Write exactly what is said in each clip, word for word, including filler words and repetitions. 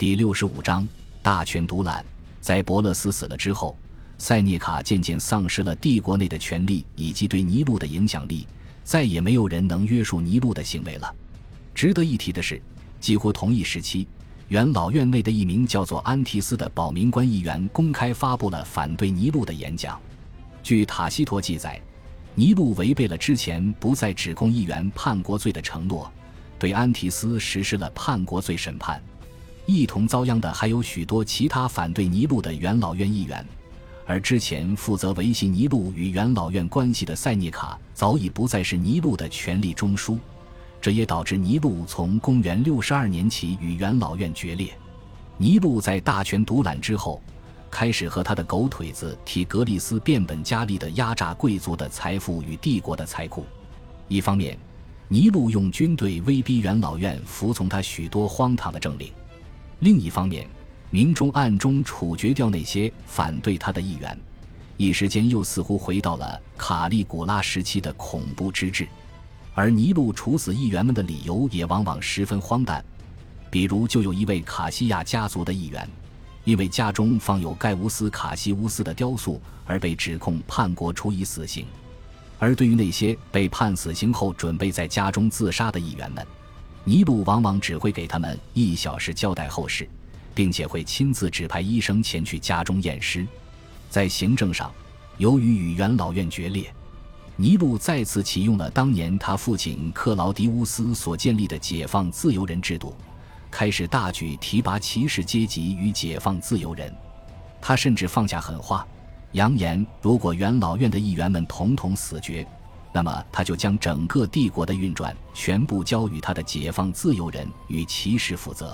第六十五章大权独揽。在伯勒斯死了之后，塞涅卡渐渐丧失了帝国内的权力以及对尼禄的影响力，再也没有人能约束尼禄的行为了。值得一提的是，几乎同一时期，元老院内的一名叫做安提斯的保民官议员公开发布了反对尼禄的演讲。据塔西佗记载，尼禄违背了之前不再指控议员叛国罪的承诺，对安提斯实施了叛国罪审判。一同遭殃的还有许多其他反对尼禄的元老院议员，而之前负责维系尼禄与元老院关系的塞涅卡早已不再是尼禄的权力中枢，这也导致尼禄从公元六十二年起与元老院决裂。尼禄在大权独揽之后，开始和他的狗腿子提格利斯变本加厉地压榨贵族的财富与帝国的财库。一方面，尼禄用军队威逼元老院服从他许多荒唐的政令；另一方面，明中暗中处决掉那些反对他的议员，一时间又似乎回到了卡利古拉时期的恐怖之治。而尼禄处死议员们的理由也往往十分荒诞，比如就有一位卡西亚家族的议员，因为家中放有盖乌斯·卡西乌斯的雕塑而被指控叛国，处以死刑。而对于那些被判死刑后准备在家中自杀的议员们，尼禄往往只会给他们一小时交代后事，并且会亲自指派医生前去家中验尸。在行政上，由于与元老院决裂，尼禄再次启用了当年他父亲克劳迪乌斯所建立的解放自由人制度，开始大举提拔骑士阶级与解放自由人。他甚至放下狠话，扬言如果元老院的议员们统统死绝，那么他就将整个帝国的运转全部交予他的解放自由人与骑士负责。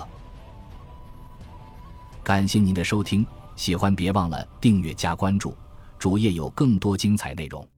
感谢您的收听，喜欢别忘了订阅加关注，主页有更多精彩内容。